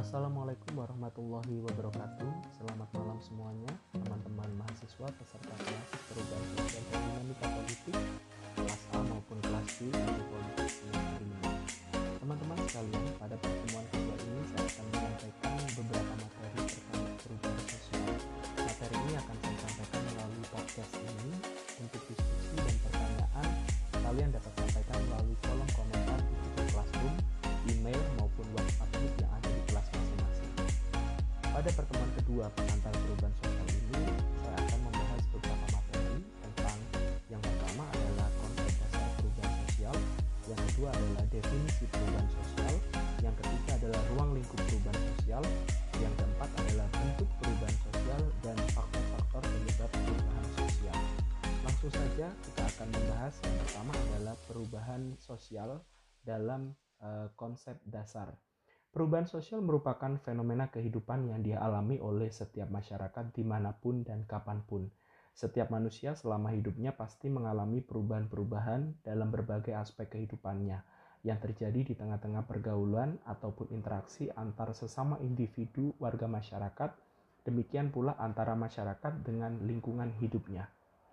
Assalamualaikum warahmatullahi wabarakatuh. Selamat malam semuanya, teman-teman mahasiswa peserta kelas perubahan sosial dan dinamika politik kelas A maupun kelas B studi politik semester 5. Teman-teman sekalian, pada pertemuan kedua ini saya akan menyampaikan beberapa materi terkait perubahan sosial. Materi ini akan saya sampaikan melalui podcast ini. Untuk diskusi dan pertanyaan, kalian dapat sampaikan melalui kolom komentar di Google Classroom, email maupun WhatsApp group yang ada di kelas masing-masing. Pada pertemuan kedua pengantar perubahan sosial ini, saya akan membahas beberapa materi tentang yang pertama adalah konsep dasar perubahan sosial, yang kedua adalah definisi perubahan sosial, yang ketiga adalah ruang lingkup perubahan sosial, yang keempat adalah bentuk perubahan sosial dan faktor-faktor penyebab perubahan sosial. Langsung saja kita akan membahas yang pertama adalah perubahan sosial dalam konsep dasar. Perubahan sosial merupakan fenomena kehidupan yang dialami oleh setiap masyarakat dimanapun dan kapanpun. Setiap manusia selama hidupnya pasti mengalami perubahan-perubahan dalam berbagai aspek kehidupannya yang terjadi di tengah-tengah pergaulan ataupun interaksi antar sesama individu warga masyarakat, demikian pula antara masyarakat dengan lingkungan hidupnya.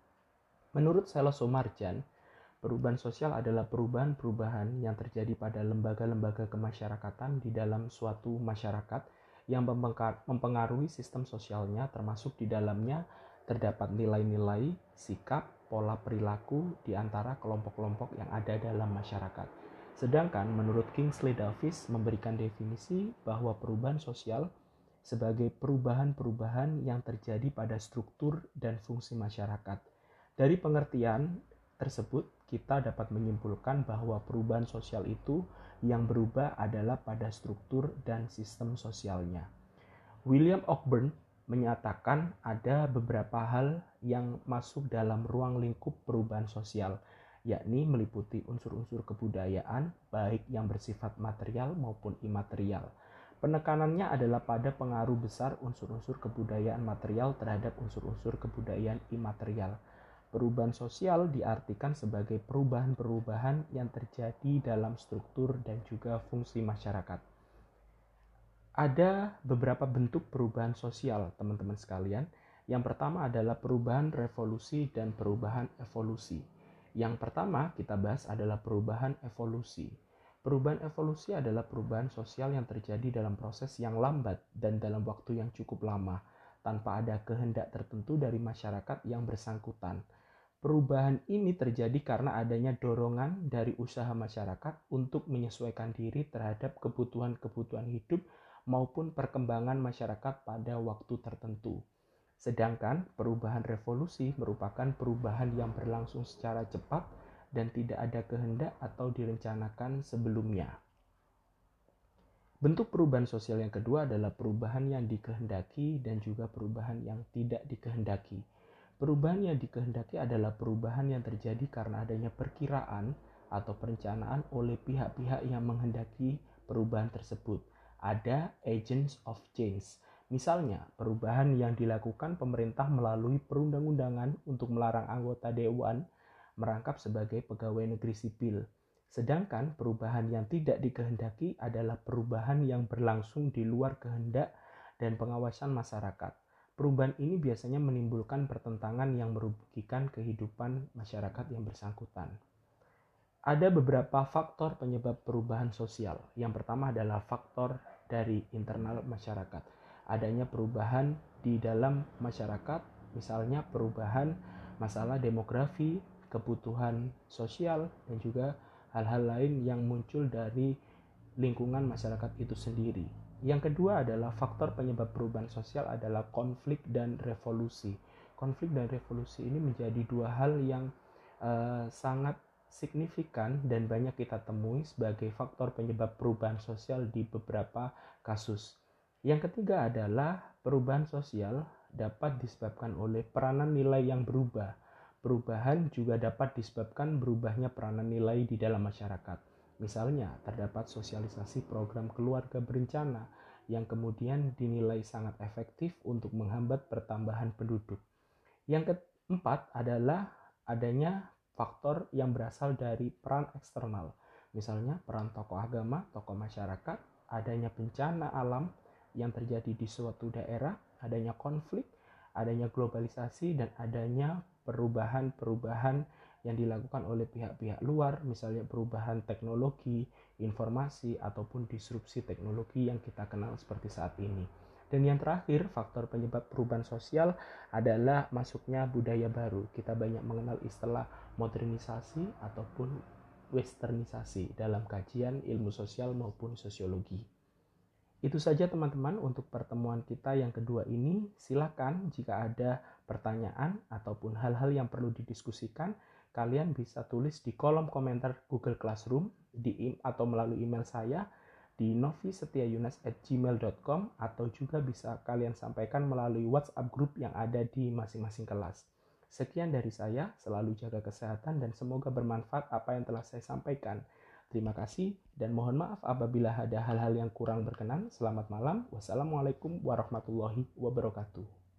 Menurut Sela Somarjan, perubahan sosial adalah perubahan-perubahan yang terjadi pada lembaga-lembaga kemasyarakatan di dalam suatu masyarakat yang mempengaruhi sistem sosialnya, termasuk di dalamnya terdapat nilai-nilai, sikap, pola perilaku di antara kelompok-kelompok yang ada dalam masyarakat. Sedangkan menurut Kingsley Davis memberikan definisi bahwa perubahan sosial sebagai perubahan-perubahan yang terjadi pada struktur dan fungsi masyarakat. Dari pengertian tersebut, kita dapat menyimpulkan bahwa perubahan sosial itu yang berubah adalah pada struktur dan sistem sosialnya. William Cockburn menyatakan ada beberapa hal yang masuk dalam ruang lingkup perubahan sosial, yakni meliputi unsur-unsur kebudayaan, baik yang bersifat material maupun imaterial. Penekanannya adalah pada pengaruh besar unsur-unsur kebudayaan material terhadap unsur-unsur kebudayaan imaterial. Perubahan sosial diartikan sebagai perubahan-perubahan yang terjadi dalam struktur dan juga fungsi masyarakat. Ada beberapa bentuk perubahan sosial, teman-teman sekalian. Yang pertama adalah perubahan revolusi dan perubahan evolusi. Yang pertama kita bahas adalah perubahan evolusi. Perubahan evolusi adalah perubahan sosial yang terjadi dalam proses yang lambat dan dalam waktu yang cukup lama, tanpa ada kehendak tertentu dari masyarakat yang bersangkutan. Perubahan ini terjadi karena adanya dorongan dari usaha masyarakat untuk menyesuaikan diri terhadap kebutuhan-kebutuhan hidup maupun perkembangan masyarakat pada waktu tertentu. Sedangkan perubahan revolusi merupakan perubahan yang berlangsung secara cepat dan tidak ada kehendak atau direncanakan sebelumnya. Bentuk perubahan sosial yang kedua adalah perubahan yang dikehendaki dan juga perubahan yang tidak dikehendaki. Perubahan yang dikehendaki adalah perubahan yang terjadi karena adanya perkiraan atau perencanaan oleh pihak-pihak yang menghendaki perubahan tersebut. Ada agents of change. Misalnya, perubahan yang dilakukan pemerintah melalui perundang-undangan untuk melarang anggota dewan merangkap sebagai pegawai negeri sipil. Sedangkan perubahan yang tidak dikehendaki adalah perubahan yang berlangsung di luar kehendak dan pengawasan masyarakat. Perubahan ini biasanya menimbulkan pertentangan yang merugikan kehidupan masyarakat yang bersangkutan. Ada beberapa faktor penyebab perubahan sosial. Yang pertama adalah faktor dari internal masyarakat. Adanya perubahan di dalam masyarakat, misalnya perubahan masalah demografi, kebutuhan sosial, dan juga hal-hal lain yang muncul dari lingkungan masyarakat itu sendiri. Yang kedua adalah faktor penyebab perubahan sosial adalah konflik dan revolusi. Konflik dan revolusi ini menjadi dua hal yang sangat signifikan dan banyak kita temui sebagai faktor penyebab perubahan sosial di beberapa kasus. Yang ketiga adalah perubahan sosial dapat disebabkan oleh peranan nilai yang berubah. Perubahan juga dapat disebabkan berubahnya peranan nilai di dalam masyarakat. Misalnya, terdapat sosialisasi program keluarga berencana yang kemudian dinilai sangat efektif untuk menghambat pertambahan penduduk. Yang keempat adalah adanya faktor yang berasal dari peran eksternal. Misalnya, peran tokoh agama, tokoh masyarakat, adanya bencana alam yang terjadi di suatu daerah, adanya konflik, adanya globalisasi, dan adanya perubahan-perubahan yang dilakukan oleh pihak-pihak luar, misalnya perubahan teknologi, informasi, ataupun disrupsi teknologi yang kita kenal seperti saat ini. Dan yang terakhir, faktor penyebab perubahan sosial adalah masuknya budaya baru. Kita banyak mengenal istilah modernisasi ataupun westernisasi dalam kajian ilmu sosial maupun sosiologi. Itu saja teman-teman untuk pertemuan kita yang kedua ini. Silakan jika ada pertanyaan ataupun hal-hal yang perlu didiskusikan, kalian bisa tulis di kolom komentar Google Classroom atau melalui email saya di novisetiayunas@gmail.com, atau juga bisa kalian sampaikan melalui WhatsApp group yang ada di masing-masing kelas. Sekian dari saya, selalu jaga kesehatan dan semoga bermanfaat apa yang telah saya sampaikan. Terima kasih dan mohon maaf apabila ada hal-hal yang kurang berkenan. Selamat malam. Wassalamualaikum warahmatullahi wabarakatuh.